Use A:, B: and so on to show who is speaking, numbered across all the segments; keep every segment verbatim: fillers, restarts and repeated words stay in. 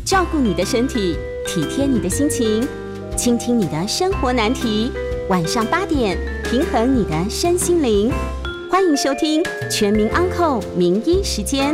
A: 照顾你的身体，体贴你的心情，倾听你的生活难题。晚上八点，平衡你的身心灵。欢迎收听全民安扣名医时间。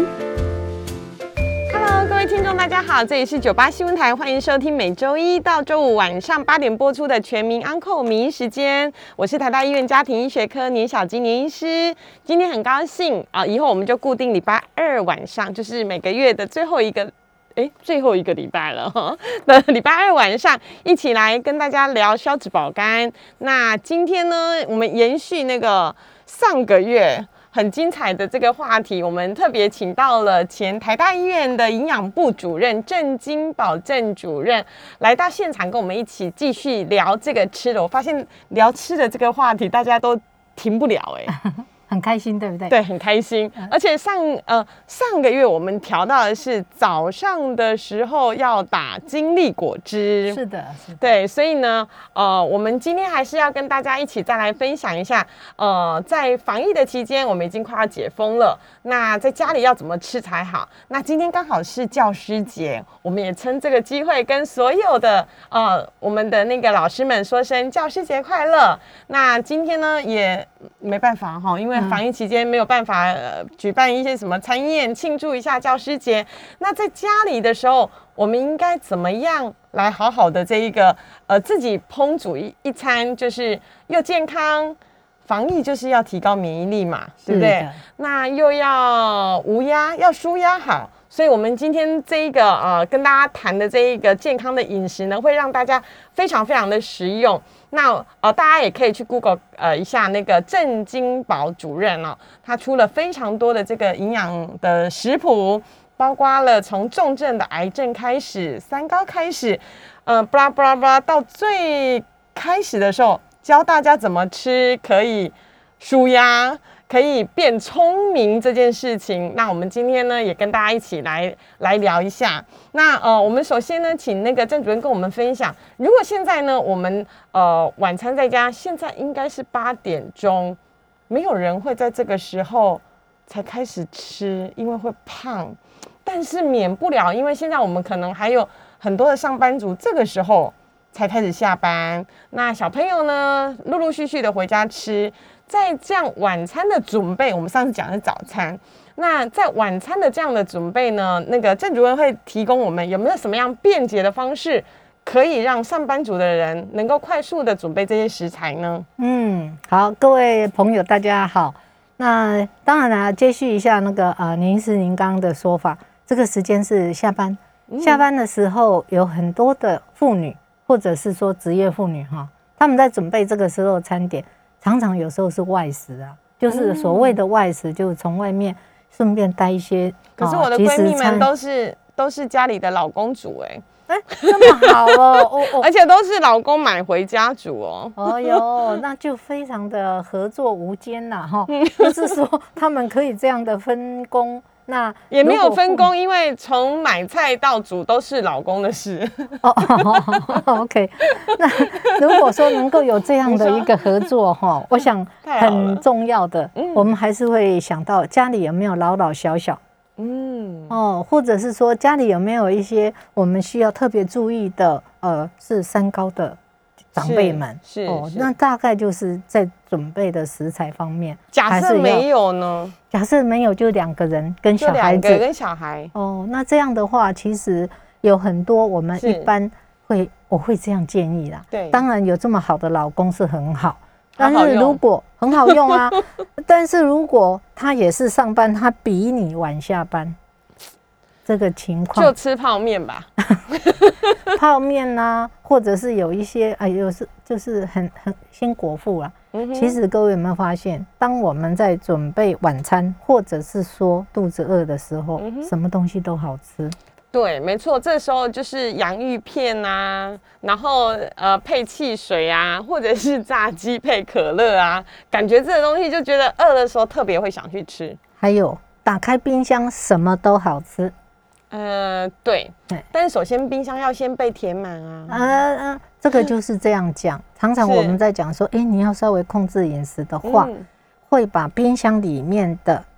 B: Hello， 各位听众，大家好，这里是九八新闻台，欢迎收听每周一到周五晚上八点播出的全民安扣名医时间。我是台大医院家庭医学科年小金年医师。今天很高兴啊，以后我们就固定礼拜二晚上，就是每个月的最后一个。哎，最后一个礼拜了哈，的礼拜二晚上一起来跟大家聊消脂保肝。那今天呢，我们延续那个上个月很精彩的这个话题，我们特别请到了前台大医院的营养部主任郑金宝郑主任来到现场，跟我们一起继续聊这个吃的。我发现聊吃的这个话题，大家都停不了哎、欸。
C: 很开心，对不对？
B: 对，很开心。而且上呃上个月我们调到的是早上的时候要打精力果汁，
C: 是的，是的。
B: 对，所以呢，呃，我们今天还是要跟大家一起再来分享一下，呃，在防疫的期间，我们已经快要解封了，那在家里要怎么吃才好？那今天刚好是教师节，我们也趁这个机会跟所有的呃我们的那个老师们说声教师节快乐。那今天呢也没办法哈，因为防疫期间没有办法、呃、举办一些什么餐宴庆祝一下教师节。那在家里的时候，我们应该怎么样来好好的这一个呃自己烹煮一一餐，就是又健康，防疫就是要提高免疫力嘛，对不对？那又要无压，要舒压好。所以我们今天这一个呃跟大家谈的这一个健康的饮食呢，会让大家非常非常的实用。那呃大家也可以去 Google 呃一下那个郑金宝主任哦，他出了非常多的这个营养的食谱，包括了从重症的癌症开始，三高开始，呃布拉布拉布拉到最开始的时候，教大家怎么吃可以舒压，可以变聪明这件事情。那我们今天呢，也跟大家一起来来聊一下。那呃，我们首先呢，请那个郑主任跟我们分享，如果现在呢，我们呃晚餐在家，现在应该是八点钟，没有人会在这个时候才开始吃，因为会胖。但是免不了，因为现在我们可能还有很多的上班族，这个时候才开始下班。那小朋友呢，陆陆续续的回家吃。在这样晚餐的准备，我们上次讲的是早餐，那在晚餐的这样的准备呢，那个郑主任会提供我们有没有什么样便捷的方式，可以让上班族的人能够快速的准备这些食材呢？
C: 嗯，好，各位朋友大家好。那当然啦，接续一下那个呃，您是您刚刚的说法，这个时间是下班，嗯、下班的时候有很多的妇女或者是说职业妇女哈，他们在准备这个时候餐点。常常有时候是外食啊，就是所谓的外食，就是从外面顺便带一些。
B: 可是我的闺蜜们都是都是家里的老公煮哎、
C: 欸，哎、欸，这么好哦，哦哦，
B: 而且都是老公买回家煮哦。
C: 哦哟，那就非常的合作无间啦哈，就是说他们可以这样的分工。那
B: 也没有分工，因为从买菜到煮都是老公的事。
C: 哦哦 ，OK。那如果说能够有这样的一个合作哈，我想很重要的，我们还是会想到家里有没有老老小小，嗯，哦，或者是说家里有没有一些我们需要特别注意的，呃，是三高的长辈们，
B: 是
C: 哦，那大概就是在准备的食材方面。
B: 假设没有呢？
C: 假设没有，就两个人跟小孩子，
B: 就两个跟小孩。
C: 哦，那这样的话，其实有很多我们一般会，我会这样建议啦。
B: 对，
C: 当然有这么好的老公是很好，但是如果很好用啊，但是如果他也是上班，他比你晚下班。这个情况
B: 就吃泡面吧，
C: 泡面啊，或者是有一些哎，有时就是很很先果腹啦。嗯、其实各位有没有发现，当我们在准备晚餐，或者是说肚子饿的时候，嗯、什么东西都好吃。
B: 对，没错，这时候就是洋芋片啊，然后呃配汽水啊，或者是炸鸡配可乐啊，感觉这个东西就觉得饿的时候特别会想去吃。
C: 还有打开冰箱，什么都好吃。
B: 呃，对，但是首先冰箱要先被填满啊。
C: 呃呃，这个就是这样讲。常常我们在讲说，哎，你要稍微控制饮食的话，嗯、会把冰箱里面的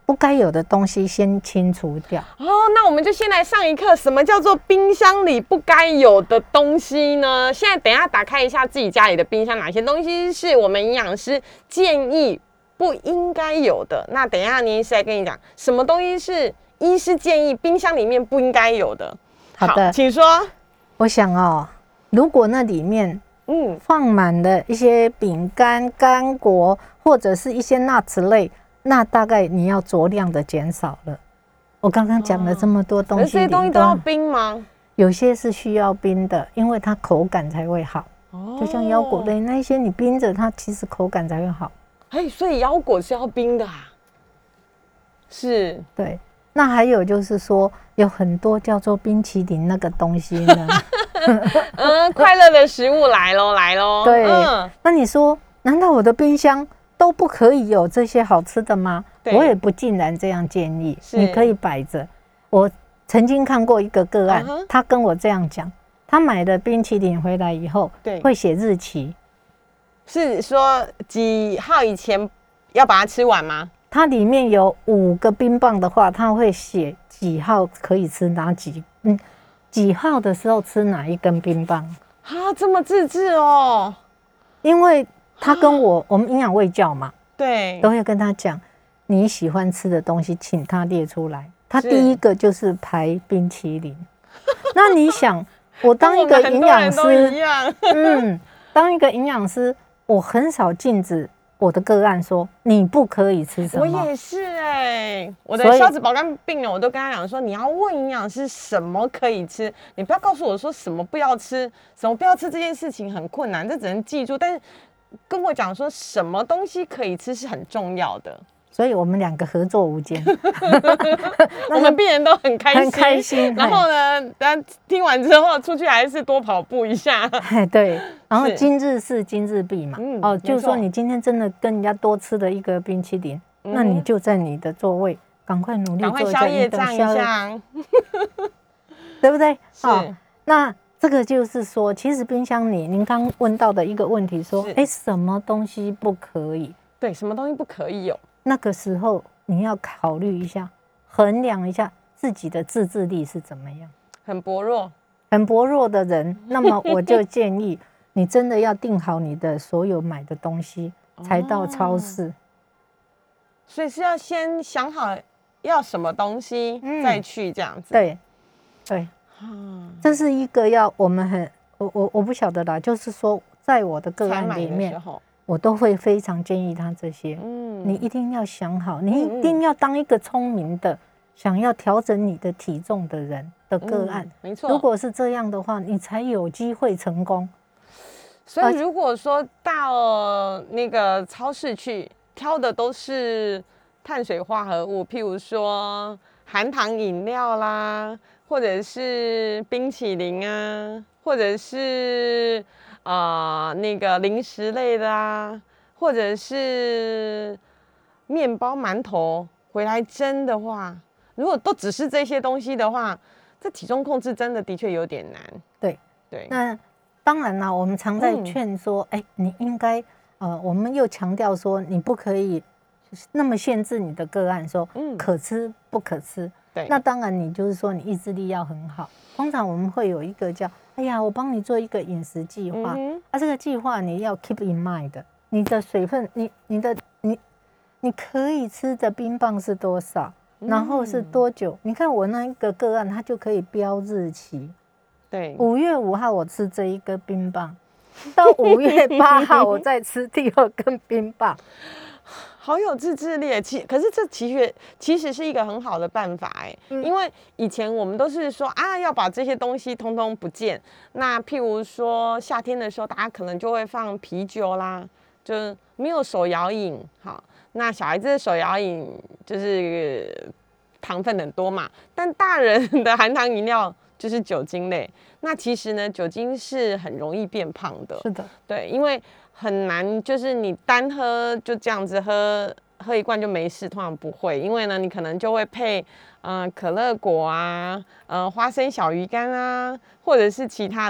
C: 不该有的东西先清除掉。
B: 哦，那我们就先来上一课，什么叫做冰箱里不该有的东西呢？现在等一下打开一下自己家里的冰箱，哪些东西是我们营养师建议不应该有的？那等一下倪医师来跟你讲，什么东西是医师建议冰箱里面不应该有的。
C: 好的，
B: 好，请说。
C: 我想哦，如果那里面嗯放满了一些饼干、干果或者是一些 nuts 类，那大概你要酌量的减少了。我刚刚讲了这么多东西，
B: 这些东西都要冰吗？
C: 有些是需要冰的，因为它口感才会好。哦，就像腰果类那一些，你冰着它，其实口感才会好。
B: 哎，所以腰果是要冰的啊？是，
C: 对。那还有就是说，有很多叫做冰淇淋那个东西呢。
B: 嗯，快乐的食物来咯来咯。
C: 对，嗯，那你说，难道我的冰箱都不可以有这些好吃的吗？我也不尽然这样建议，你可以摆着。我曾经看过一个个案，uh-huh. 他跟我这样讲，他买的冰淇淋回来以后，对，会写日期，
B: 是说几号以前要把它吃完吗？
C: 它里面有五个冰棒的话，它会写几号可以吃哪几嗯几号的时候吃哪一根冰棒
B: 啊，这么自制哦。
C: 因为他跟我、啊、我们营养卫教嘛，
B: 对，
C: 都会跟他讲你喜欢吃的东西，请他列出来。他第一个就是排冰淇淋。那你想，我当一个营养师，嗯，当一个营养师，我很少禁止我的个案说你不可以吃什么。
B: 我也是哎、欸，我的消脂保肝病人，我都跟他讲说，你要问营养师什么可以吃，你不要告诉我说什么不要吃，什么不要吃，这件事情很困难，这只能记住。但是跟我讲说什么东西可以吃是很重要的。
C: 所以我们两个合作无间。
B: 我们病人都很开心，
C: 很开心。
B: 然后呢，但听完之后出去还是多跑步一下。
C: 对，然后今日事今日毕嘛。嗯，哦，就是说你今天真的跟人家多吃了一个冰淇淋，嗯、那你就在你的座位赶快努力做一下运动，
B: 宵夜站，
C: 对不对？是。哦、那这个就是说，其实冰箱里您刚问到的一个问题说，哎，什么东西不可以？
B: 对，什么东西不可以有？
C: 那个时候你要考虑一下，衡量一下自己的自制力是怎么样。
B: 很薄弱，
C: 很薄弱的人，那么我就建议你真的要定好你的所有买的东西，才到超市。哦、
B: 所以是要先想好要什么东西，嗯、再去这样子。
C: 对，对，嗯，这是一个要我们很，我我我不晓得啦，就是说在我的个案里面。我都会非常建议他这些，嗯，你一定要想好，你一定要当一个聪明的，想要调整你的体重的人的个案，
B: 没错。
C: 如果是这样的话，你才有机会成功。
B: 所以如果说到那个超市去挑的都是碳水化合物，譬如说含糖饮料啦，或者是冰淇淋啊，或者是。呃，那个零食类的啊，或者是面包、馒头，回来蒸的话，如果都只是这些东西的话，这体重控制真的的确有点难。
C: 对
B: 对，
C: 那当然啦，我们常在劝说，哎、嗯，你应该呃，我们又强调说，你不可以那么限制你的个案，说可吃不可吃。对，那当然你就是说你意志力要很好。通常我们会有一个叫，哎呀，我帮你做一个饮食计划，嗯、啊，这个计划你要 keep in mind 的，你的水分，你你的你你可以吃的冰棒是多少，嗯、然后是多久？你看我那一个个案，它就可以标日期，
B: 对，
C: 五月五号我吃这一根冰棒，到五月八号我再吃第二根冰棒。
B: 好有自制力，其可是这其实其实是一个很好的办法哎，嗯、因为以前我们都是说啊，要把这些东西通通不见。那譬如说夏天的时候，大家可能就会放啤酒啦，就是没有手摇饮，好，那小孩子的手摇饮就是糖分很多嘛，但大人的含糖饮料就是酒精类。那其实呢，酒精是很容易变胖的，
C: 是的，
B: 对，因为。很难，就是你单喝就这样子喝喝一罐就没事，通常不会，因为呢，你可能就会配呃可乐果啊，呃花生小鱼干啊，或者是其他的，哎，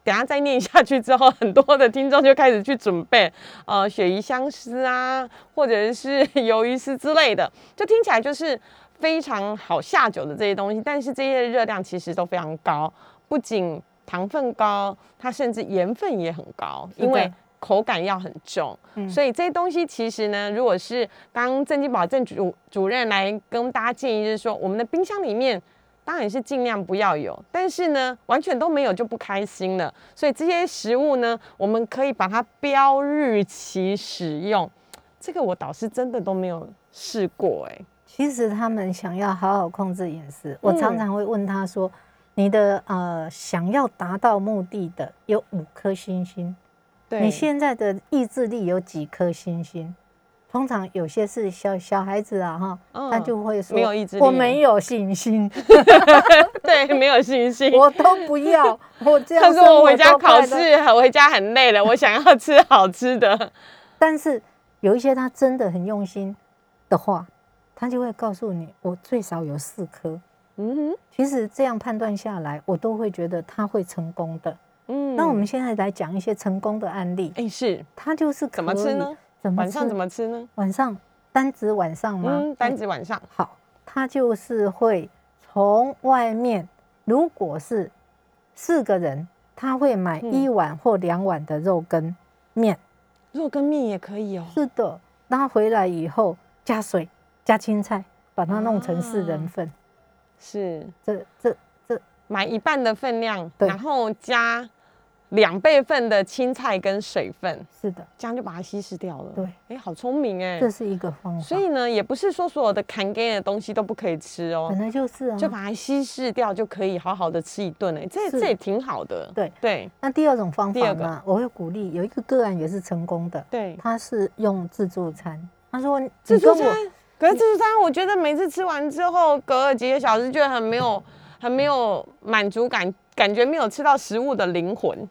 B: 等一下再念下去之后，很多的听众就开始去准备呃鳕鱼香丝啊，或者是鱿鱼丝之类的，就听起来就是非常好下酒的这些东西，但是这些热量其实都非常高，不仅糖分高，它甚至盐分也很高，因为口感要很重，嗯、所以这些东西其实呢，如果是刚刚郑金宝郑主主任来跟大家建议，就是说我们的冰箱里面当然是尽量不要有，但是呢，完全都没有就不开心了。所以这些食物呢，我们可以把它标日期使用。这个我倒是真的都没有试过哎、欸。
C: 其实他们想要好好控制饮食，我常常会问他说：“嗯、你的呃想要达到目的的有五颗星星。”你现在的意志力有几颗星星？通常有些是小小孩子啊，哈、嗯，他就会说
B: 没有意志力，
C: 我没有信心，
B: 对，没有信心，
C: 我都不要，我这样。
B: 他说我回家考试，我回家很累了，我想要吃好吃的。
C: 但是有一些他真的很用心的话，他就会告诉你，我最少有四颗。嗯哼，其实这样判断下来，我都会觉得他会成功的。嗯，那我们现在来讲一些成功的案例。
B: 哎、欸，是，
C: 它就是
B: 怎么吃呢？怎么吃？晚上怎么吃呢？
C: 晚上单指晚上吗？
B: 嗯，单指晚上。
C: 好，它就是会从外面，如果是四个人，他会买一碗或两碗的肉羹面、
B: 嗯，肉羹面也可以哦。
C: 是的，拿回来以后加水加青菜，把它弄成四人份。啊、
B: 是，
C: 这这这
B: 买一半的分量，然后加两倍份的青菜跟水分，
C: 是的，
B: 这样就把它稀释掉了。
C: 对，
B: 哎、欸，好聪明哎，
C: 这是一个方法。
B: 所以呢，也不是说所有的砍根的东西都不可以吃哦，
C: 本来就是啊，
B: 就把它稀释掉就可以好好的吃一顿哎，这这也挺好的。
C: 对
B: 对。
C: 那第二种方法呢，我会鼓励有一个个案也是成功的，
B: 对，
C: 他是用自助餐，他说
B: 自助餐，可是自助餐我觉得每次吃完之后，隔了几个小时觉得很没有很没有满足感，感觉没有吃到食物的灵魂。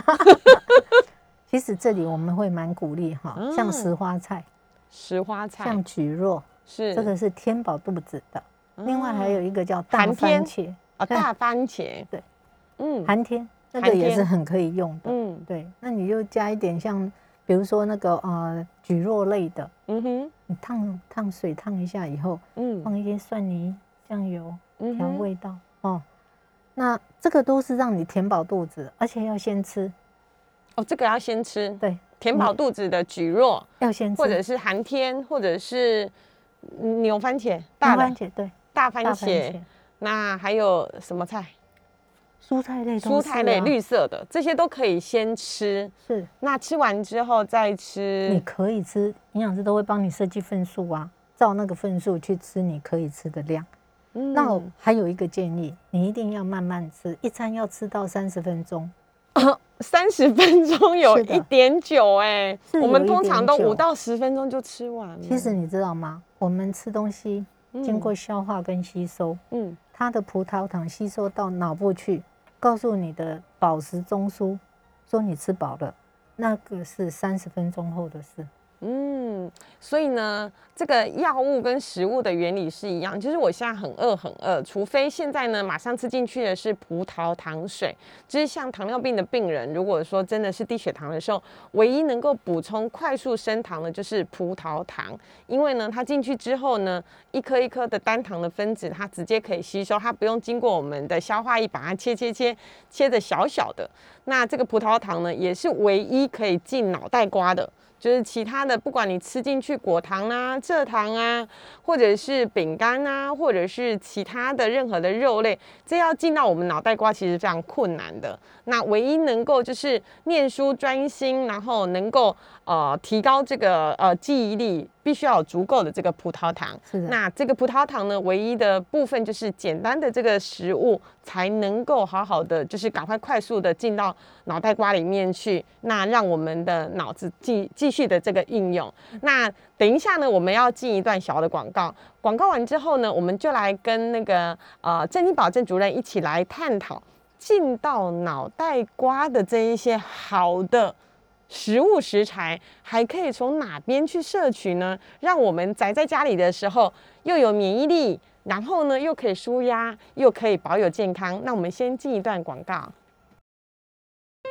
C: 其实这里我们会蛮鼓励哈，嗯、像石花菜、
B: 石花菜、
C: 像蒟蒻，
B: 是
C: 这个是填饱肚子的。嗯、另外还有一个叫大番茄
B: 啊，大番茄，
C: 对，嗯，寒天那个也是很可以用的，
B: 嗯，
C: 对。那你就加一点像，比如说那个呃蒟蒻类的，嗯哼，你烫烫水烫一下以后，嗯，放一些蒜泥、酱油调味道、嗯、哦。那这个都是让你填饱肚子，而且要先吃。
B: 哦，这个要先吃。
C: 对，
B: 填饱肚子的蒟蒻
C: 要先吃，
B: 或者是寒天，或者是牛番茄，大
C: 番茄对，
B: 大番茄。那还有什么菜？
C: 蔬菜类、
B: 蔬菜类绿色的这些都可以先吃。
C: 是。
B: 那吃完之后再吃，
C: 你可以吃，营养师都会帮你设计份数啊，照那个份数去吃你可以吃的量。嗯、那我还有一个建议，你一定要慢慢吃，一餐要吃到三十分钟。
B: 三十分钟有一点久哎、欸，我们通常都五到十分钟就吃完了。
C: 其实你知道吗？我们吃东西经过消化跟吸收，嗯，它的葡萄糖吸收到脑部去，告诉你的饱食中枢说你吃饱了，那个是三十分钟后的事。
B: 嗯，所以呢，这个药物跟食物的原理是一样，就是我现在很饿很饿，除非现在呢马上吃进去的是葡萄糖水，就是像糖尿病的病人，如果说真的是低血糖的时候，唯一能够补充快速升糖的就是葡萄糖，因为呢它进去之后呢，一颗一颗的单糖的分子，它直接可以吸收，它不用经过我们的消化液把它切切切切的小小的。那这个葡萄糖呢，也是唯一可以进脑袋瓜的。就是其他的，不管你吃进去果糖啊、蔗糖啊，或者是饼干啊，或者是其他的任何的肉类，这要进到我们脑袋瓜其实非常困难的。那唯一能够就是念书专心，然后能够呃提高这个呃记忆力，必须要有足够的这个葡萄糖。
C: 是的。
B: 那这个葡萄糖呢，唯一的部分就是简单的这个食物才能够好好的，就是赶快快速的进到脑袋瓜里面去，那让我们的脑子继继续的这个应用。那等一下呢，我们要进一段小的广告，广告完之后呢，我们就来跟那个呃郑金宝郑主任一起来探讨进到脑袋瓜的这一些好的食物食材，还可以从哪边去摄取呢？让我们宅在家里的时候又有免疫力，然后呢又可以舒压，又可以保有健康。那我们先进一段广告。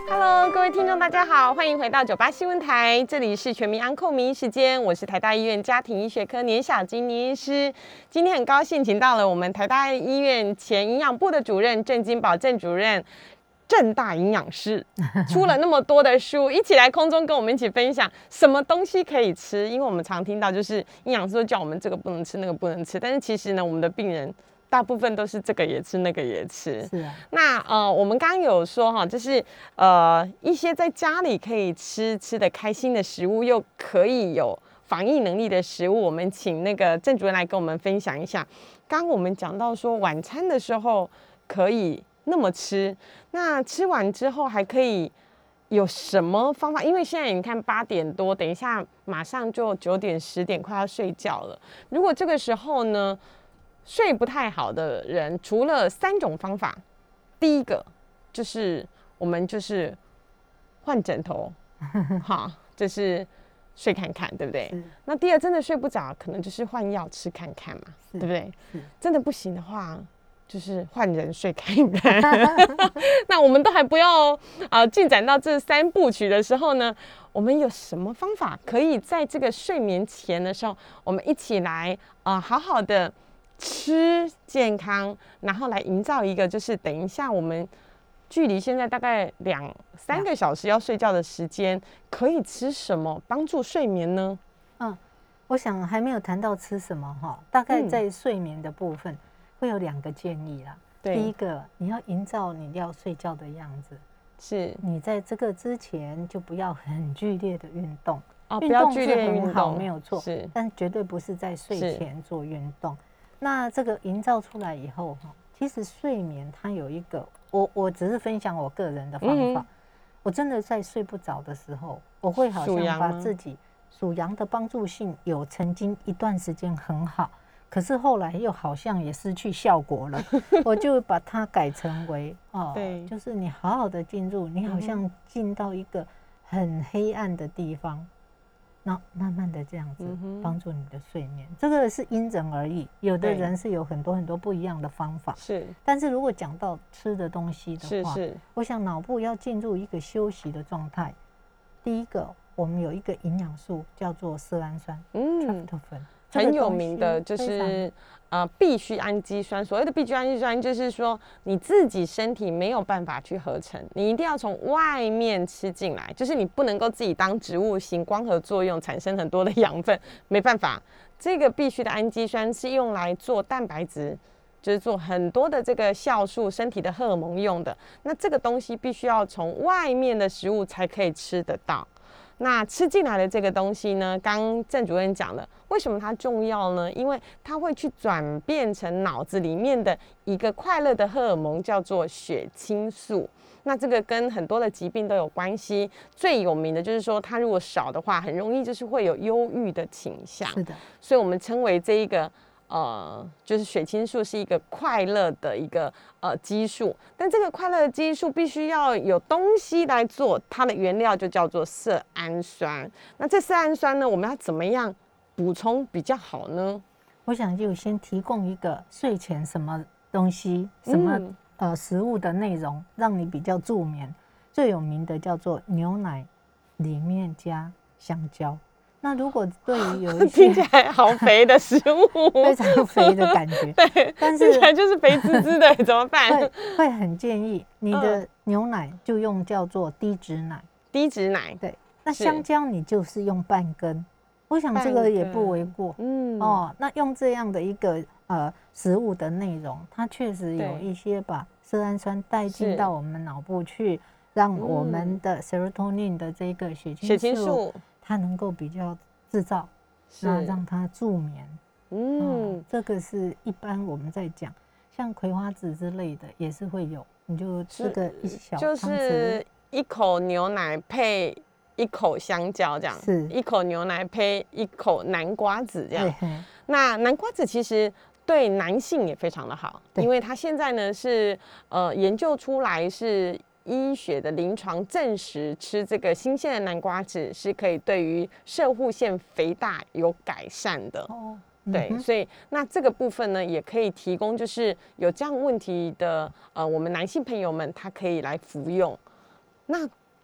B: Hello， 各位听众，大家好，欢迎回到九八新闻台，这里是全民安扣名医时间，我是台大医院家庭医学科年小金年医师。今天很高兴请到了我们台大医院前营养部的主任郑金宝郑主任，郑大营养师，出了那么多的书，一起来空中跟我们一起分享什么东西可以吃。因为我们常听到就是营养师都叫我们这个不能吃，那个不能吃，但是其实呢，我们的病人大部分都是这个也吃，那个也吃。
C: 是啊。
B: 那呃，我们刚刚有说哈，就是呃一些在家里可以吃吃得开心的食物，又可以有防疫能力的食物，我们请那个郑主任来跟我们分享一下。刚刚我们讲到说晚餐的时候可以那么吃，那吃完之后还可以有什么方法？因为现在你看八点多，等一下马上就九点十点快要睡觉了。如果这个时候呢睡不太好的人，除了三种方法，第一个就是我们就是换枕头，好，就是睡看看，对不对？那第二真的睡不着，可能就是换药吃看看嘛，对不对？真的不行的话，就是换人睡看看。那我们都还不要啊进展到这三部曲的时候呢，我们有什么方法可以在这个睡眠前的时候，我们一起来啊、呃、好好的吃健康，然后来营造一个就是等一下我们距离现在大概两三个小时要睡觉的时间，可以吃什么帮助睡眠呢？
C: 嗯，我想还没有谈到吃什么哈，大概在睡眠的部分。嗯，会有两个建议啦。第一个，你要营造你要睡觉的样子，是你在这个之前就不要很剧烈的运动。哦，不要剧烈运动没有错，是，但绝对不是在睡前做运动。那这个营造出来以后，其实睡眠它有一个，我我只是分享我个人的方法。嗯，我真的在睡不着的时候，我会好像把自己属阳的帮助性有曾经一段时间很好。可是后来又好像也失去效果了，我就把它改成为哦，就是你好好的进入，你好像进到一个很黑暗的地方，然后慢慢的这样子帮助你的睡眠。这个是因人而异，有的人是有很多很多不一样的方法。是，但是如果讲到吃的东西的话，是是，我想脑部要进入一个休息的状态。第一个，我们有一个营养素叫做色氨酸，嗯，
B: 很有名的就是呃必需氨基酸。所谓的必需氨基酸，就是说你自己身体没有办法去合成，你一定要从外面吃进来，就是你不能够自己当植物型光合作用产生很多的养分，没办法。这个必需的氨基酸是用来做蛋白质，就是做很多的这个酵素、身体的荷尔蒙用的。那这个东西必须要从外面的食物才可以吃得到。那吃进来的这个东西呢，刚郑主任讲了，为什么它重要呢？因为它会去转变成脑子里面的一个快乐的荷尔蒙，叫做血清素。那这个跟很多的疾病都有关系，最有名的就是说，它如果少的话，很容易就是会有忧郁的倾向。是的，所以我们称为这一个。呃，就是血清素是一个快乐的一个呃激素，但这个快乐的激素必须要有东西来做，它的原料就叫做色氨酸。那这色氨酸呢，我们要怎么样补充比较好呢？
C: 我想就先提供一个睡前什么东西、什么、嗯、呃食物的内容，让你比较助眠。最有名的叫做牛奶里面加香蕉。那如果对于有一些
B: 听起来好肥的食物，
C: 非常肥的感觉，
B: 对，但是听起来就是肥滋滋的，怎么办？
C: 会会很建议你的牛奶就用叫做低脂奶，
B: 低脂奶，
C: 对。那香蕉你就是用半根，我想这个也不为过，嗯哦。那用这样的一个呃食物的内容，它确实有一些把色氨酸带进到我们脑部去，让我们的 serotonin 的这个血清素。血清素它能够比较制造，那让它助眠。嗯、哦，这个是一般我们在讲，像葵花籽之类的也是会有，你就吃个一小汤匙，
B: 就是一口牛奶配一口香蕉这样，是一口牛奶配一口南瓜籽这样。那南瓜籽其实对男性也非常的好，因为它现在呢是呃研究出来是。医学的临床证实，吃这个新鲜的南瓜籽是可以对于攝護腺肥大有改善的。哦，对，所以那这个部分呢，也可以提供，就是有这样问题的呃，我们男性朋友们，他可以来服用。那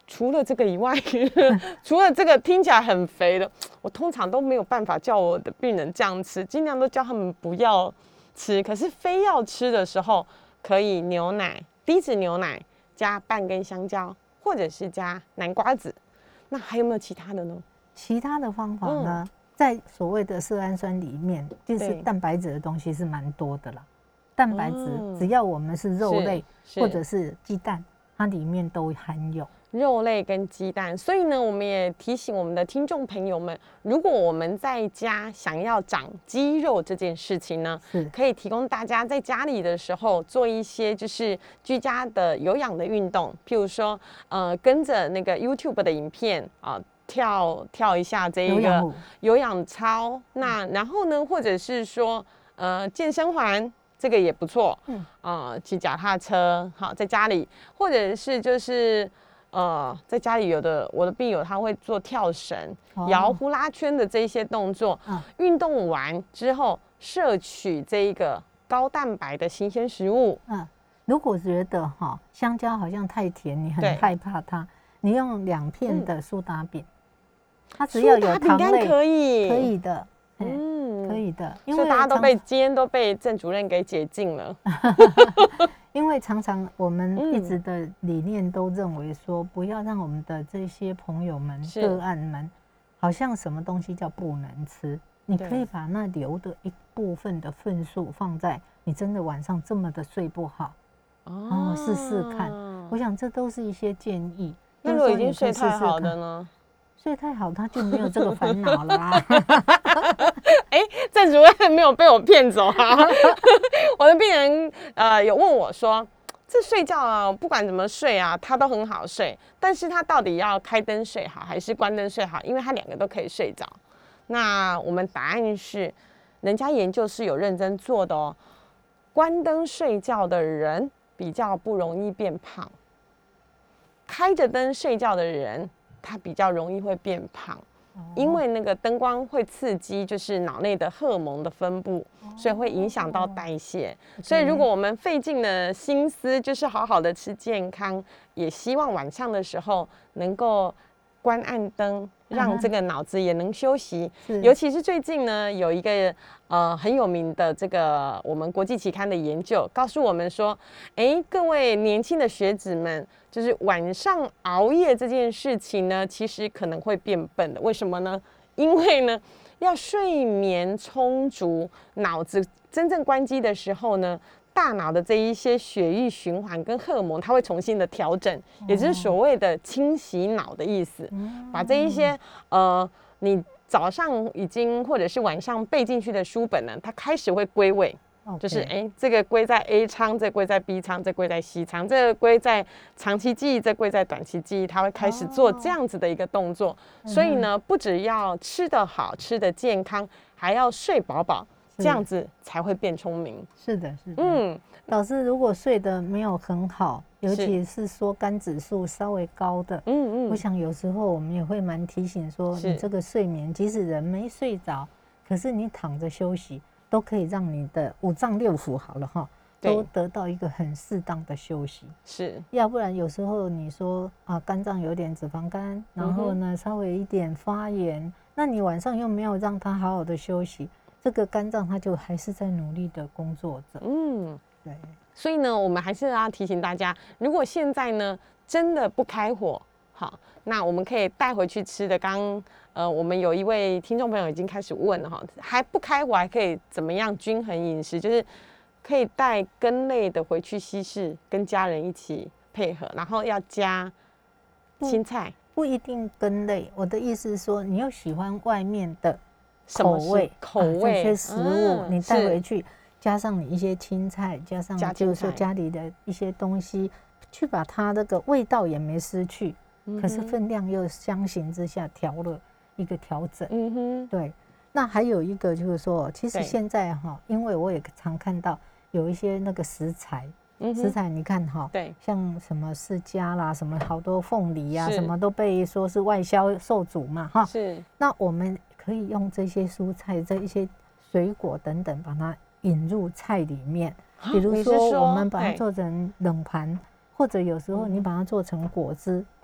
B: 除了这个以外，除了这个听起来很肥的，我通常都没有办法叫我的病人这样吃，尽量都叫他们不要吃。可是非要吃的时候，可以牛奶、低脂牛奶加半根香蕉，或者是加南瓜子。那还有没有其他的呢？
C: 其他的方法呢，嗯、在所谓的色氨酸里面，就是蛋白质的东西是蛮多的啦。蛋白质、嗯、只要我们是肉类或者是鸡蛋，它里面都含有。
B: 肉类跟鸡蛋，所以呢，我们也提醒我们的听众朋友们，如果我们在家想要长肌肉这件事情呢，可以提供大家在家里的时候做一些就是居家的有氧的运动，譬如说，呃，跟着那个 YouTube 的影片啊，跳跳一下这一个有氧操，那然后呢，或者是说，呃，健身环。这个也不错，嗯，啊、呃，骑脚踏车，好，在家里，或者是就是呃，在家里有的我的病友他会做跳绳、哦、摇呼啦圈的这一些动作，嗯，运动完之后摄取这一个高蛋白的新鲜食物，
C: 嗯，如果觉得哈香蕉好像太甜，你很害怕它，你用两片的苏打饼，嗯、它只要有糖类
B: 可以，
C: 可以的。嗯，可以的，
B: 因为大家都被今天都被郑主任给解禁了。
C: 因为常常我们一直的理念都认为说，不要让我们的这些朋友们、个案们，好像什么东西叫不能吃。你可以把那留的一部分的份数放在你真的晚上这么的睡不好，哦，试试看。我想这都是一些建议。
B: 那如果已经睡太好的呢？
C: 睡太好，他就没有这个烦恼啦。
B: 哎，郑主任没有被我骗走啊！我的病人呃有问我说，这睡觉啊，不管怎么睡啊，他都很好睡，但是他到底要开灯睡好还是关灯睡好？因为他两个都可以睡着。那我们答案是，人家研究是有认真做的哦。关灯睡觉的人比较不容易变胖，开着灯睡觉的人。它比较容易会变胖，因为那个灯光会刺激，就是脑内的荷尔蒙的分布，所以会影响到代谢。所以如果我们费尽了心思，就是好好的吃健康，也希望晚上的时候能够关暗灯，让这个脑子也能休息。尤其是最近呢，有一个呃很有名的这个我们国际期刊的研究，告诉我们说，哎，各位年轻的学子们。就是晚上熬夜这件事情呢，其实可能会变笨的。为什么呢？因为呢，要睡眠充足，脑子真正关机的时候呢，大脑的这一些血液循环跟荷尔蒙，它会重新的调整，也就是所谓的清洗脑的意思。把这一些呃，你早上已经或者是晚上背进去的书本呢，它开始会归位。Okay. 就是哎、欸，这个归在 A 仓，这个归在 B 仓，这个归在 C 仓，这个归在长期记忆，这个归在短期记忆，它会开始做这样子的一个动作。Oh. 所以呢，不只要吃得好、吃得健康，还要睡饱饱，这样子才会变聪明。
C: 是的，是的。嗯，老师如果睡得没有很好，尤其是说肝指数稍微高的，嗯嗯，我想有时候我们也会蛮提醒说，你这个睡眠，即使人没睡着，可是你躺着休息。都可以让你的五脏六腑好了哈，都得到一个很适当的休息。
B: 是，
C: 要不然有时候你说啊，肝脏有点脂肪肝，然后呢、嗯、稍微一点发炎，那你晚上又没有让它好好的休息，这个肝脏它就还是在努力的工作着。嗯，对。
B: 所以呢，我们还是要提醒大家，如果现在呢真的不开火，好，那我们可以带回去吃的。刚呃，我们有一位听众朋友已经开始问了哈，还不开火还可以怎么样均衡饮食？就是可以带根类的回去西式，跟家人一起配合，然后要加青菜。
C: 不, 不一定根类，我的意思是说，你又喜欢外面的口味，
B: 口味、
C: 啊、这些食物，嗯、你带回去，加上你一些青菜，加上就是说家里的一些东西，去把它那个味道也没失去。可是分量又相形之下调了一个调整，嗯哼，对。那还有一个就是说，其实现在哈，因为我也常看到有一些那个食材，嗯、食材你看哈，对，像什么释迦啦，什么好多凤梨呀、啊，什么都被说是外销受阻嘛，哈。是。那我们可以用这些蔬菜、这一些水果等等，把它引入菜里面，比如说我们把它做成冷盘。或者有时候你把它做成果汁，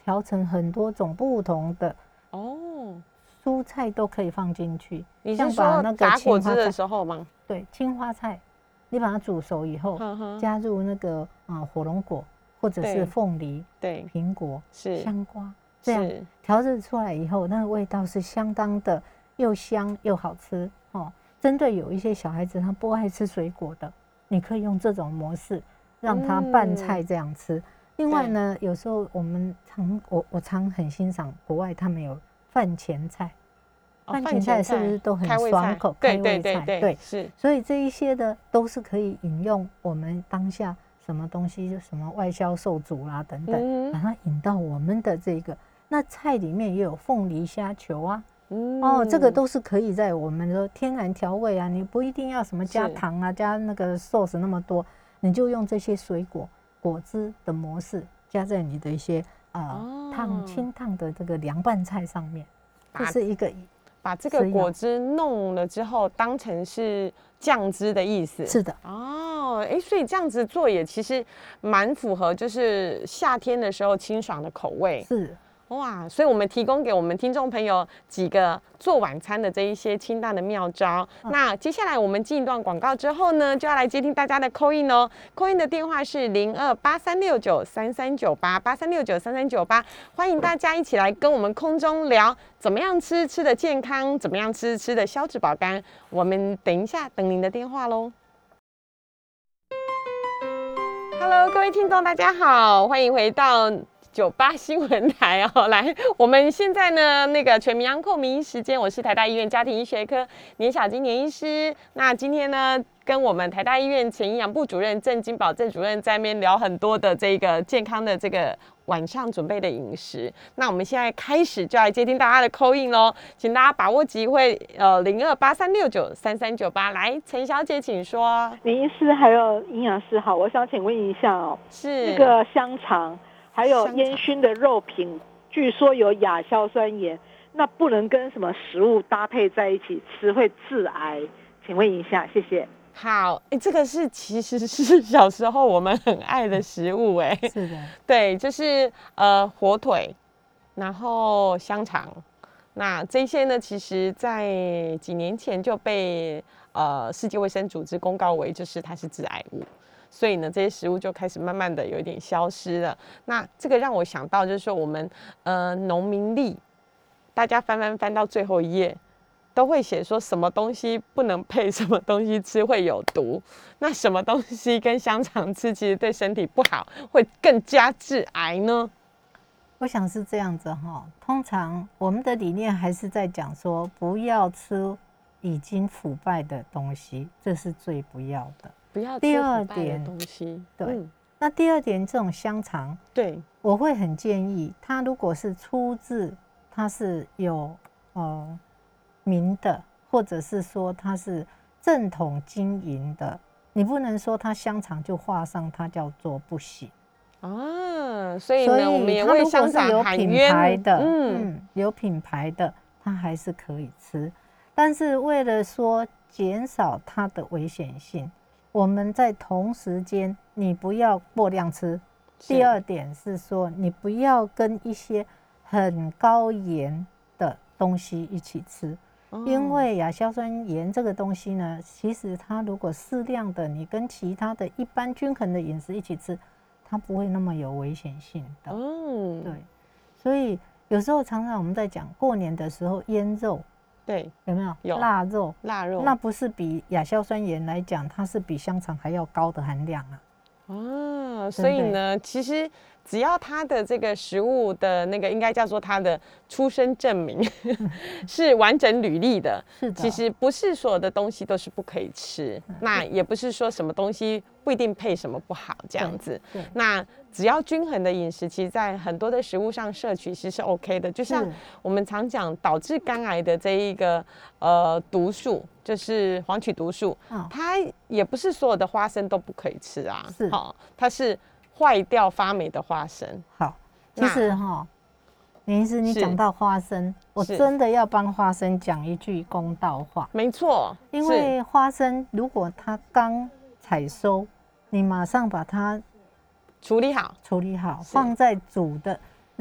C: 调成很多种不同的
B: 哦，
C: 蔬菜都可以放进去。
B: 你是
C: 像把
B: 说
C: 那个
B: 打果汁的
C: 青花菜，
B: 时候吗？
C: 对，青花菜，你把它煮熟以后，
B: 呵呵
C: 加入那个啊、呃火龙果或者
B: 对
C: 是凤梨、
B: 对，
C: 苹果、
B: 是
C: 香瓜，这样
B: 是
C: 调制出来以后，那个味道是相当的又香又好吃哦。针对有一些小孩子他不爱吃水果的，你可以用这种模式让他拌菜这样吃。嗯、另外呢，有时候我们常我我常很欣赏国外他们有饭前菜，
B: 哦
C: 饭前菜是不是都很爽口？
B: 对
C: 开胃菜，
B: 对对对，是。
C: 所以这一些的都是可以引用我们当下什么东西，就什么外销受阻啦等等，嗯、把它引到我们的这个。那菜里面也有凤梨虾球啊。嗯、哦，这个都是可以在我们的天然调味啊，你不一定要什么加糖啊，加那个 sauce 那么多，你就用这些水果果汁的模式加在你的一些呃烫、哦、清烫的这个凉拌菜上面，这是一个
B: 把这个果汁弄了之后当成是酱汁的意思。
C: 是的。
B: 哦，哎，所以这样子做也其实蛮符合，就是夏天的时候清爽的口味。
C: 是。
B: 哇，所以我们提供给我们听众朋友几个做晚餐的这一些清淡的妙招。嗯、那接下来我们进一段广告之后呢，就要来接听大家的 call in 哦。call in 的电话是零二八三六九三三九八八三六九三三九八，欢迎大家一起来跟我们空中聊怎么样吃吃的健康，怎么样吃吃的消脂保肝。我们等一下等您的电话喽。Hello， 各位听众大家好，欢迎回到九八新闻台哦，来，我们现在呢，那个全民安扣名医时间，我是台大医院家庭医学科年小金年医师。那今天呢，跟我们台大医院前营养部主任郑金宝郑主任在那边聊很多的这个健康的这个晚上准备的饮食。那我们现在开始就来接听大家的 call in 咯，请大家把握机会，呃，零二八三六九三三九八，来，陈小姐请说。
D: 林医师还有营养师好，我想请问一下哦，
B: 是
D: 那个香肠。还有烟熏的肉品，据说有亚硝酸盐，那不能跟什么食物搭配在一起吃，会致癌。请问一下，谢谢。
B: 好，哎，这个是其实是小时候我们很爱的食物，哎，
C: 是的，
B: 对，就是呃火腿，然后香肠，那这些呢，其实在几年前就被呃世界卫生组织公告为就是它是致癌物。所以呢，这些食物就开始慢慢的有一点消失了。那这个让我想到，就是说我们呃农民历，大家翻翻翻到最后一页，都会写说什么东西不能配什么东西吃会有毒。那什么东西跟香肠吃其实对身体不好，会更加致癌呢？
C: 我想是这样子哈。通常我们的理念还是在讲说，不要吃已经腐败的东西，这是最不要的。
B: 不要吃腐败的东西。
C: 对、嗯，那第二点，这种香肠，
B: 对，
C: 我会很建议，它如果是出自它是有呃名的，或者是说它是正统经营的，你不能说它香肠就画上它叫做不行
B: 啊。所以呢，我们也为香肠喊冤。
C: 有品牌的，嗯, 嗯，有品牌的，它还是可以吃，但是为了说减少它的危险性。我们在同时间，你不要过量吃。第二点是说，你不要跟一些很高盐的东西一起吃，哦、因为亚硝酸盐这个东西呢，其实它如果适量的，你跟其他的一般均衡的饮食一起吃，它不会那么有危险性的。嗯，对，所以有时候常常我们在讲过年的时候腌肉。
B: 对，
C: 有没有？
B: 有
C: 腊肉，
B: 腊肉，
C: 那不是比亚硝酸盐来讲，它是比香肠还要高的含量啊。
B: 啊，所以呢，其实只要它的这个食物的那个，应该叫做它的出生证明是完整履历的。
C: 是的，
B: 其实不是所有的东西都是不可以吃，那也不是说什么东西不一定配什么不好这样子。
C: 对，
B: 那只要均衡的饮食，其实在很多的食物上摄取其实是 OK 的。就像我们常讲，导致肝癌的这一个呃毒素，就是黄曲毒素，哦、它也不是所有的花生都不可以吃啊。
C: 是，
B: 哦、它是坏掉发霉的花生。
C: 好，其实哈，林医师，你讲到花生，我真的要帮花生讲一句公道话。
B: 没错，
C: 因为花生如果它刚采收，你马上把它
B: 处理好，
C: 处理好，放在煮的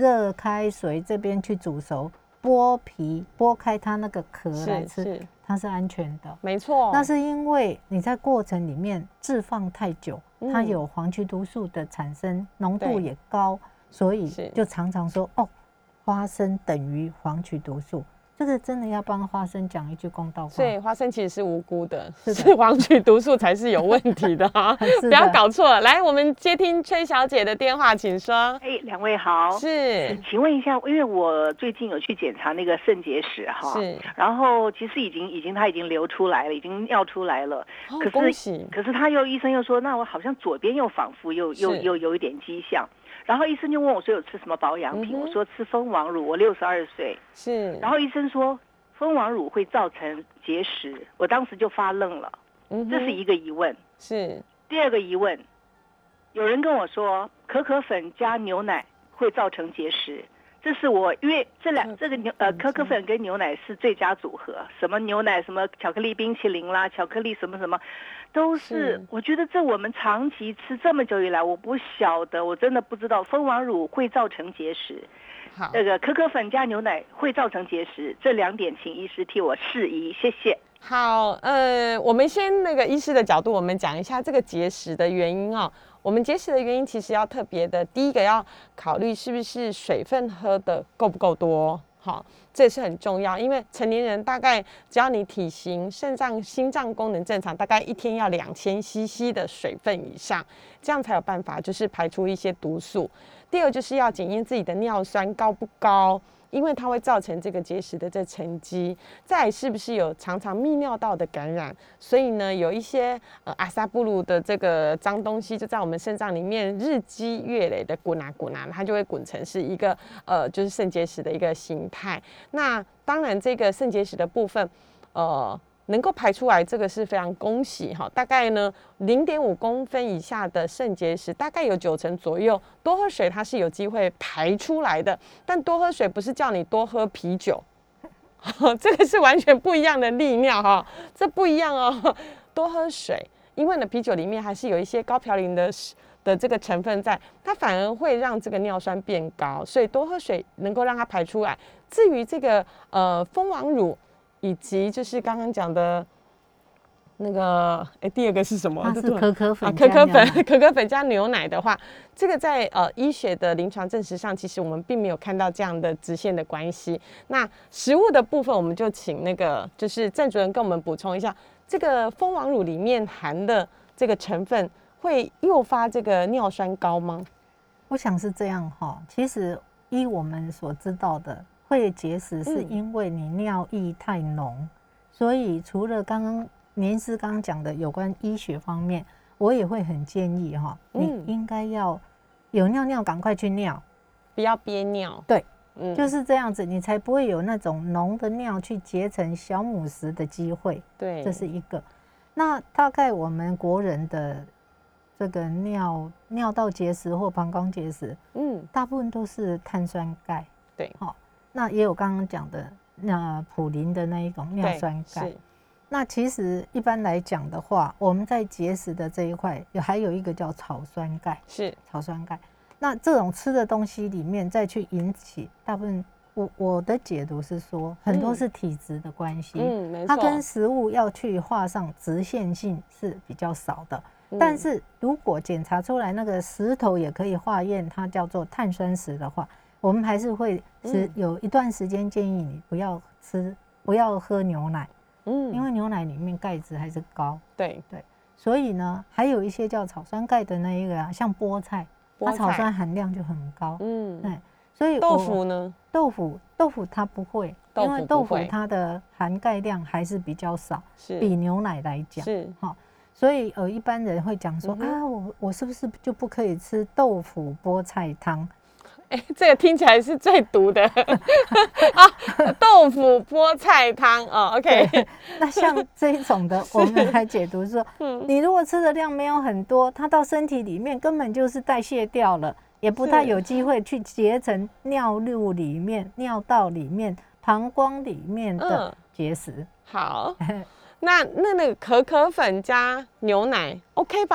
C: 热开水这边去煮熟，剥皮剥开它那个壳来吃，
B: 是
C: 它是安全的。
B: 没错，
C: 那是因为你在过程里面置放太久，
B: 嗯
C: 它有黄曲毒素的产生，浓度也高，所以就常常说哦，花生等于黄曲毒素。这个真的要帮花生讲一句公道话。
B: 所以花生其实是无辜的，
C: 是的
B: 是黄曲毒素才是有问题的哈、不要搞错。来，我们接听崔小姐的电话，请说。
E: 哎，两位好，
B: 是，
E: 请问一下，因为我最近有去检查那个肾结石哈，
B: 是，
E: 然后其实已经已经它已经流出来了，已经尿出来了，
B: 哦、
E: 可是
B: 恭喜，
E: 可是他又医生又说，那我好像左边又仿佛又又又有一点迹象。然后医生就问我说有吃什么保养品，嗯、我说吃蜂王乳，我六十二岁，
B: 是。
E: 然后医生说蜂王乳会造成结石，我当时就发愣了，嗯、这是一个疑问。
B: 是。
E: 第二个疑问，有人跟我说可可粉加牛奶会造成结石，这是我因为这两这个牛呃可可粉跟牛奶是最佳组合，什么牛奶什么巧克力冰淇淋啦，巧克力什么什么。都是，我觉得这我们长期吃这么久以来，我不晓得，我真的不知道蜂王乳会造成结石，
B: 好，
E: 那个可可粉加牛奶会造成结石，这两点请医师替我释疑，谢谢。
B: 好，呃，我们先那个医师的角度，我们讲一下这个结石的原因哦。我们结石的原因其实要特别的，第一个要考虑是不是水分喝的够不够多。好，这是很重要，因为成年人大概只要你体型、肾脏、心脏功能正常，大概一天要两千 C C 的水分以上，这样才有办法就是排出一些毒素。第二就是要检验自己的尿酸高不高，因为它会造成这个结石的这沉积。再来是不是有常常泌尿道的感染，所以呢有一些呃阿萨布鲁的这个脏东西就在我们肾脏里面日积月累的滚啊滚啊，它就会滚成是一个呃就是肾结石的一个形态。那当然这个肾结石的部分呃能够排出来，这个是非常恭喜哈。大概呢零点五公分以下的肾结石，大概有九成左右，多喝水它是有机会排出来的。但多喝水不是叫你多喝啤酒，这个是完全不一样的利尿哈，这不一样哦。多喝水，因为呢啤酒里面还是有一些高嘌呤的的这个成分在，它反而会让这个尿酸变高，所以多喝水能够让它排出来。至于这个呃蜂王乳，以及就是刚刚讲的那个，哎，第二个是什么？
C: 它是可可粉、啊，
B: 可可粉，可可粉加牛奶的话，这个在呃医学的临床证实上，其实我们并没有看到这样的直线的关系。那食物的部分，我们就请那个就是郑主任跟我们补充一下，这个蜂王乳里面含的这个成分会诱发这个尿酸高吗？
C: 我想是这样哈。其实依我们所知道的，会结石是因为你尿液太浓，嗯、所以除了刚刚年医师刚刚讲的有关医学方面，我也会很建议哈，嗯、你应该要有尿尿赶快去尿，
B: 不要憋尿。
C: 对，嗯、就是这样子，你才不会有那种浓的尿去结成小母石的机会。
B: 对，
C: 这是一个。那大概我们国人的这个尿尿道结石或膀胱结石，嗯，大部分都是碳酸钙。
B: 对，
C: 好，那也有刚刚讲的那普林的那一种尿酸钙。那其实一般来讲的话，我们在结石的这一块，有还有一个叫草酸钙，
B: 是
C: 草酸钙。那这种吃的东西里面再去引起，大部分我我的解读是说，很多是体质的关系，嗯，没错，它跟食物要去画上直线性是比较少的。嗯、但是如果检查出来那个石头也可以化验，它叫做碳酸石的话，我们还是会是有一段时间建议你不要吃，不要喝牛奶。嗯，因为牛奶里面钙质还是高，
B: 对
C: 对，所以呢，还有一些叫草酸钙的那一个啊，像菠菜，它草酸含量就很高，嗯，对，所以
B: 豆腐呢？
C: 豆腐豆腐它不会，因为豆腐它的含钙量还是比较少，是比牛奶来讲是哈，所以呃一般人会讲说、嗯、啊，我我是不是就不可以吃豆腐菠菜汤？
B: 哎，这个听起来是最毒的啊！豆腐菠菜汤哦 ，OK。
C: 那像这一种的，我们来解读说，嗯、你如果吃的量没有很多，它到身体里面根本就是代谢掉了，也不太有机会去结成尿路里面、尿道里面、膀胱里面的结石。
B: 嗯、好，那那那个可可粉加牛奶 OK 吧？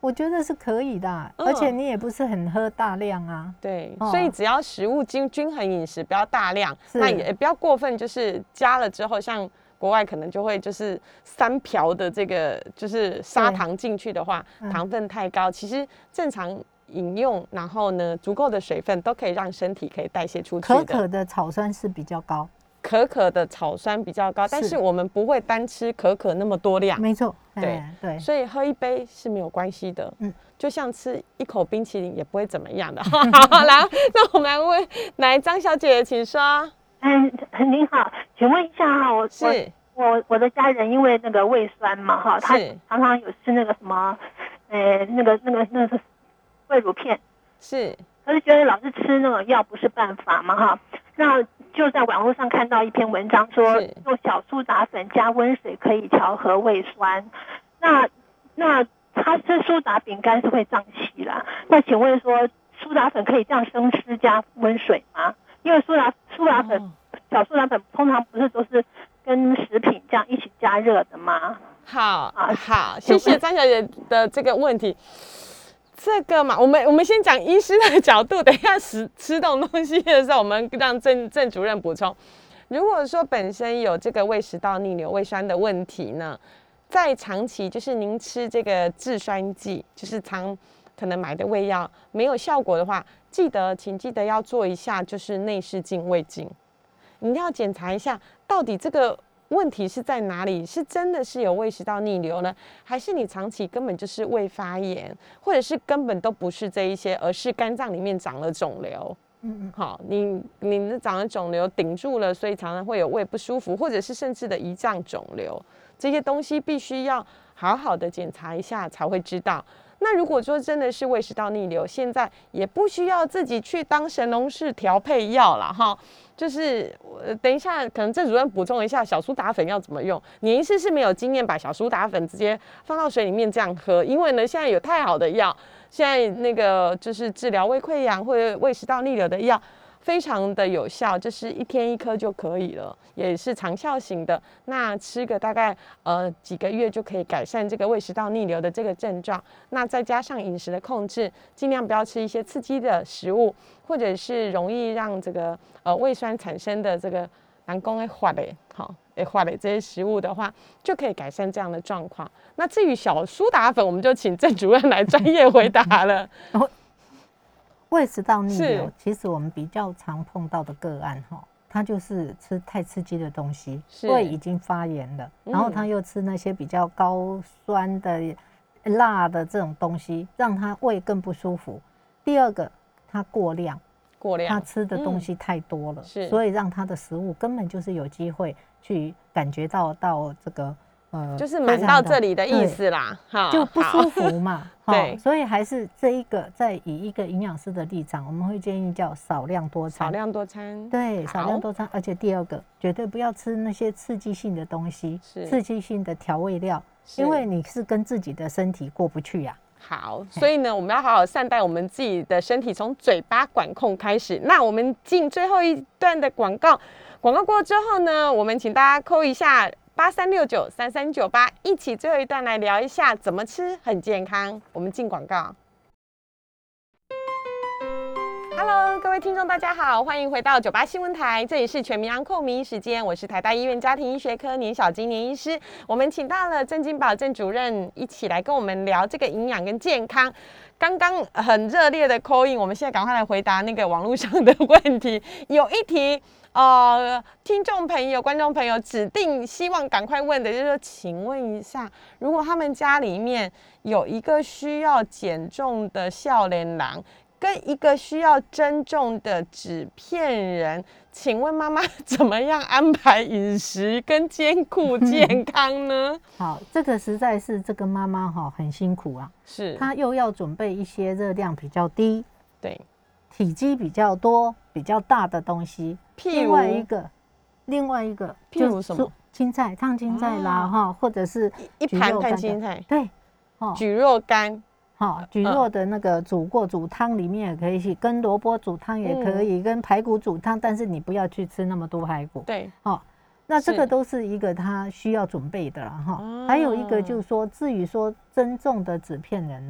C: 我觉得是可以的，
B: 嗯、
C: 而且你也不是很喝大量啊。
B: 对，
C: 哦、
B: 所以只要食物均均衡饮食，不要大量，那也不要过分，就是加了之后，像国外可能就会就是三瓢的这个就是砂糖进去的话，糖分太高，其实正常饮用，然后呢足够的水分都可以让身体可以代谢出去的。
C: 可可的草酸是比较高。
B: 可可的草酸比较高，但是我们不会单吃可可那么多量，
C: 没错，
B: 对
C: 对，
B: 所以喝一杯是没有关系的，嗯，就像吃一口冰淇淋也不会怎么样的。好，来，那我们来问，来张小姐，请说。
F: 嗯，您好，请问一下哈，我
B: 是
F: 我我的家人因为那个胃酸嘛哈，他常常有吃那个什么，呃，那个那个那个胃乳片，
B: 是，
F: 他是觉得老是吃那种药不是办法嘛哈，那。就在网络上看到一篇文章说，用小苏打粉加温水可以调和胃酸。那那它这苏打饼干是会胀气啦。那请问说，苏打粉可以这样生吃加温水吗？因为苏打苏打粉、哦、小苏打粉通常不是都是跟食品这样一起加热的吗？
B: 好啊，好，谢谢张小姐的这个问题。这个嘛，我们我们先讲医师的角度，等一下吃吃这种东西的时候，我们让郑郑主任补充。如果说本身有这个胃食道逆流、胃酸的问题呢，在长期就是您吃这个制酸剂，就是常可能买的胃药没有效果的话，记得请记得要做一下就是内视镜、胃镜，你一定要检查一下到底这个问题是在哪里？是真的是有胃食道逆流呢，还是你长期根本就是胃发炎，或者是根本都不是这一些，而是肝脏里面长了肿瘤？嗯嗯，好，你你的长了肿瘤顶住了，所以常常会有胃不舒服，或者是甚至的胰脏肿瘤，这些东西必须要好好的检查一下才会知道。那如果说真的是胃食道逆流，现在也不需要自己去当神农氏调配药了哈。就是等一下，可能郑主任补充一下小苏打粉要怎么用。你医师是没有经验把小苏打粉直接放到水里面这样喝，因为呢现在有太好的药，现在那个就是治疗胃溃疡或者胃食道逆流的药非常的有效，就是一天一颗就可以了，也是长效型的。那吃个大概呃几个月就可以改善这个胃食道逆流的这个症状。那再加上饮食的控制，尽量不要吃一些刺激的食物，或者是容易让这个呃胃酸产生的这个人讲的发的，好会发的这些食物的话，就可以改善这样的状况。那至于小苏打粉，我们就请郑主任来专业回答了。
C: 胃食道逆流，其实我们比较常碰到的个案哈，他就是吃太刺激的东西，胃已经发炎了，然后他又吃那些比较高酸的、辣的这种东西，让他胃更不舒服。第二个，他过量，
B: 过量，
C: 他吃的东西太多了，嗯、所以让他的食物根本就是有机会去感觉到到这个。
B: 呃，就是满到这里的意思啦，哈，
C: 就不舒服嘛，对，所以还是这一个，在以一个营养师的立场，我们会建议叫少量多餐，
B: 少量多餐，
C: 对，少量多餐，而且第二个，绝对不要吃那些刺激性的东西，刺激性的调味料，因为你是跟自己的身体过不去呀、
B: 啊。好，所以呢，我们要好好善待我们自己的身体，从嘴巴管控开始。那我们进最后一段的广告，广告过之后呢，我们请大家扣一下。八三六九三三九八，一起最后一段来聊一下怎么吃很健康。我们进广告。Hello， 各位听众，大家好，欢迎回到九八新闻台，这里是全民安扣名医时间，我是台大医院家庭医学科年小金年医师。我们请到了郑金宝郑主任一起来跟我们聊这个营养跟健康。刚刚很热烈的 call in， 我们现在赶快来回答那个网络上的问题。有一题。呃，听众朋友、观众朋友指定希望赶快问的，就是说，请问一下，如果他们家里面有一个需要减重的少年郎，跟一个需要增重的纸片人，请问妈妈怎么样安排饮食跟兼顾健康呢？
C: 好，这个实在是这个妈妈哈很辛苦啊，
B: 是
C: 她又要准备一些热量比较低，
B: 对。
C: 体积比较多、比较大的东西，另外一个，另外一个，
B: 譬如什么？
C: 青菜、烫青菜啦，哈、哦，或者是
B: 一盘烫青菜，
C: 对，
B: 哦，蒟蒻干，
C: 好、哦，蒟蒻的那个煮过煮汤里面也可以，跟萝卜煮汤也可以，嗯、跟排骨煮汤，但是你不要去吃那么多排骨，
B: 对，
C: 哦，那这个都是一个他需要准备的啦，哈、哦。还有一个就是说，至于说增重的纸片人呢、啊。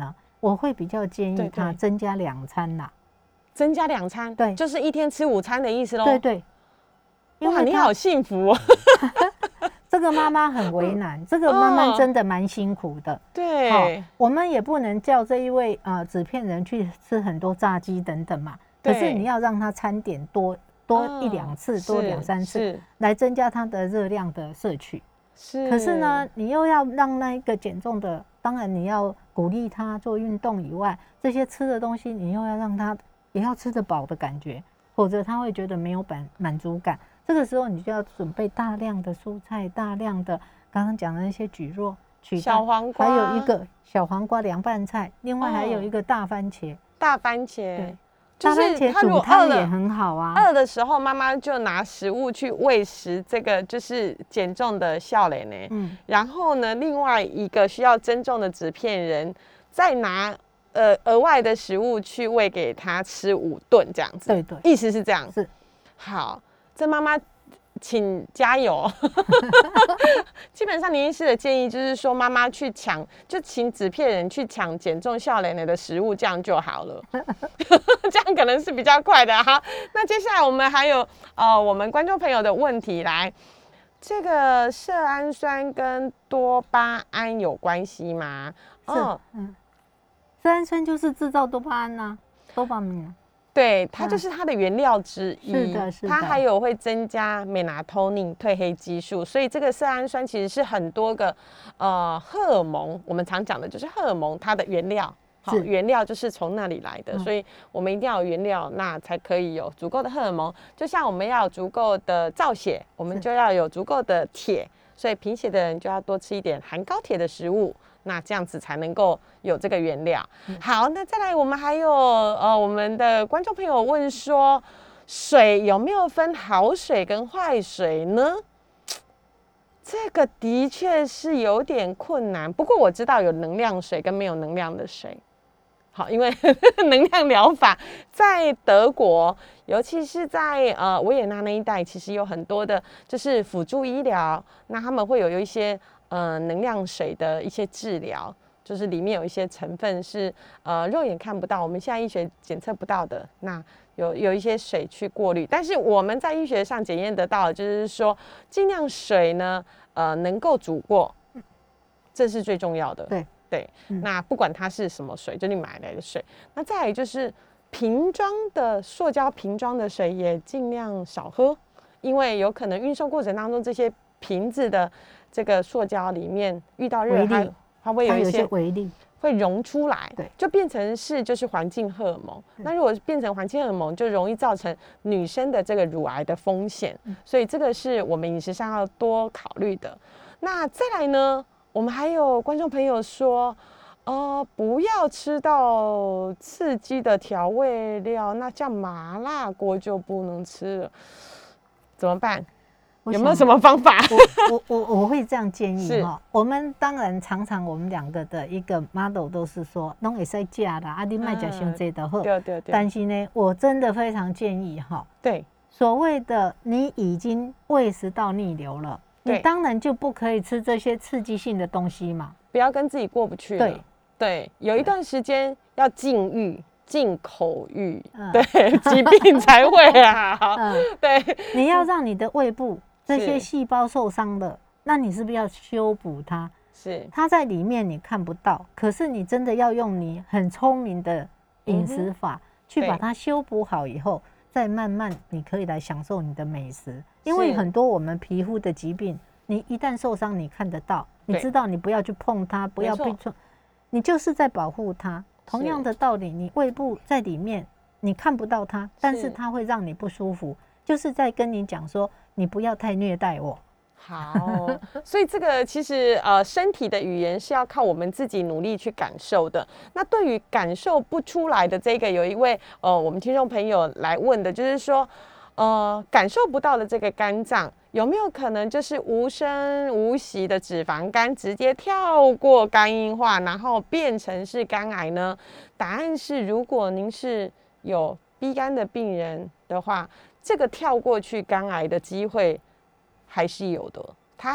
C: 我会比较建议他增加两餐啦。
B: 增加两餐，
C: 对，
B: 就是一天吃午餐的意思咯。
C: 对对。
B: 哇，你好幸福哦！
C: 这个妈妈很为难，这个妈妈真的蛮辛苦的。
B: 对、
C: 哦，我们也不能叫这一位呃纸片人去吃很多炸鸡等等嘛。可是你要让他餐点多多一两次，多两三次，来增加他的热量的摄取。
B: 是。
C: 可是呢，你又要让那一个减重的，当然你要鼓励他做运动以外，这些吃的东西你又要让他也要吃得饱的感觉，否则他会觉得没有满满足感。这个时候你就要准备大量的蔬菜，大量的刚刚讲的那些蒟蒻、取
B: 小黄瓜，
C: 还有一个小黄瓜凉拌菜，另外还有一个大番茄。哦、
B: 大番茄，
C: 对，大番茄煮汤也很好啊。
B: 饿的时候，妈妈就拿食物去喂食这个就是减重的少年呢。嗯，然后呢，另外一个需要增重的纸片人再拿呃额外的食物去喂给他吃五顿这样子。
C: 对对，
B: 意思是这样。
C: 是，
B: 好。这妈妈，请加油！基本上，林医师的建议就是说，妈妈去抢，就请纸片人去抢减重少年的食物，这样就好了。这样可能是比较快的哈。那接下来我们还有呃，我们观众朋友的问题来，这个色氨酸跟多巴胺有关系吗？
C: 是，哦、嗯，色氨酸就是制造多巴胺啊，多巴胺、啊。
B: 对，它就是它的原料之一，
C: 是的，是的。
B: 它还有会增加美拉托宁褪黑激素，所以这个色氨酸其实是很多个呃荷尔蒙，我们常讲的就是荷尔蒙它的原料，好，原料就是从那里来的，嗯、所以我们一定要有原料，那才可以有足够的荷尔蒙。就像我们要有足够的造血，我们就要有足够的铁，所以贫血的人就要多吃一点含高铁的食物。那这样子才能够有这个原料。好，那再来，我们还有呃，我们的观众朋友问说，水有没有分好水跟坏水呢？这个的确是有点困难，不过我知道有能量水跟没有能量的水。好，因为能量疗法在德国，尤其是在呃维也纳那一带，其实有很多的，就是辅助医疗，那他们会有有一些。呃，能量水的一些治疗，就是里面有一些成分是呃肉眼看不到，我们现在医学检测不到的。那有有一些水去过滤，但是我们在医学上检验得到的，就是说尽量水呢，呃，能够煮过，这是最重要的。
C: 对
B: 对、嗯，那不管它是什么水，就你买来的水。那再来就是瓶装的塑胶瓶装的水也尽量少喝，因为有可能运送过程当中这些瓶子的。这个塑胶里面遇到热，它它会有一些
C: 微粒
B: 会溶出来，
C: 对，
B: 就变成是就是环境荷尔蒙。那如果变成环境荷尔蒙，就容易造成女生的这个乳癌的风险，嗯、所以这个是我们饮食上要多考虑的。那再来呢，我们还有观众朋友说，呃，不要吃到刺激的调味料，那像麻辣锅就不能吃了，怎么办？有没有什么方法？
C: 我我我我会这样建议哈。我们当然常常我们两个的一个 model 都是说，拢会使食啦，啊，你卖食伤济就好。
B: 对对对。
C: 但是呢，我真的非常建议哈。
B: 对。
C: 所谓的你已经胃食道逆流了，你当然就不可以吃这些刺激性的东西嘛。
B: 不要跟自己过不去了。对对，有一段时间要禁欲。进口欲，嗯、对，疾病才会啊。嗯、对，
C: 你要让你的胃部这些细胞受伤了，那你是不是要修补它？
B: 是，
C: 它在里面你看不到，可是你真的要用你很聪明的饮食法、嗯、去把它修补好以后，再慢慢你可以来享受你的美食。因为很多我们皮肤的疾病，你一旦受伤，你看得到，你知道你不要去碰它，不要被撞，你就是在保护它。同样的道理，你胃部在里面，你看不到它，但是它会让你不舒服，就是在跟你讲说，你不要太虐待我。
B: 好，所以这个其实呃，身体的语言是要靠我们自己努力去感受的。那对于感受不出来的这个，有一位呃，我们听众朋友来问的，就是说，呃，感受不到的这个肝脏。有没有可能就是无声无息的脂肪肝直接跳过肝硬化，然后变成是肝癌呢？答案是，如果您是有 B 肝的病人的话，这个跳过去肝癌的机会还是有的。它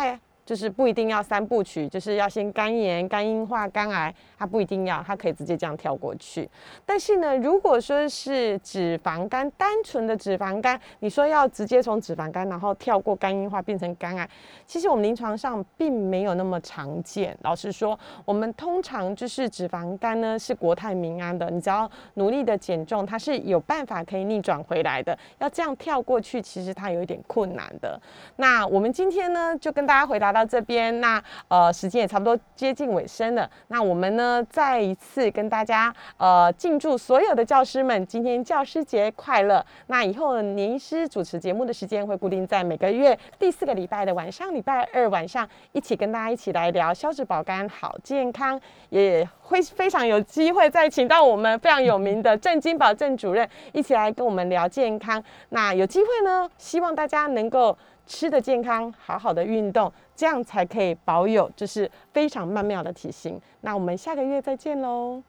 B: 就是不一定要三部曲，就是要先肝炎、肝硬化、肝癌，它不一定要，它可以直接这样跳过去。但是呢，如果说是脂肪肝，单纯的脂肪肝，你说要直接从脂肪肝然后跳过肝硬化变成肝癌，其实我们临床上并没有那么常见。老实说，我们通常就是脂肪肝呢是国泰民安的，你只要努力的减重，它是有办法可以逆转回来的。要这样跳过去，其实它有一点困难的。那我们今天呢，就跟大家回答到这边。那呃，时间也差不多接近尾声了。那我们呢，再一次跟大家呃，敬祝所有的教师们今天教师节快乐。那以后年医师主持节目的时间会固定在每个月第四个礼拜的晚上，礼拜二晚上，一起跟大家一起来聊消脂保肝好健康，也会非常有机会再请到我们非常有名的郑金宝郑主任一起来跟我们聊健康。那有机会呢，希望大家能够吃得健康，好好的运动，这样才可以保有就是非常曼妙的体型。那我们下个月再见喽。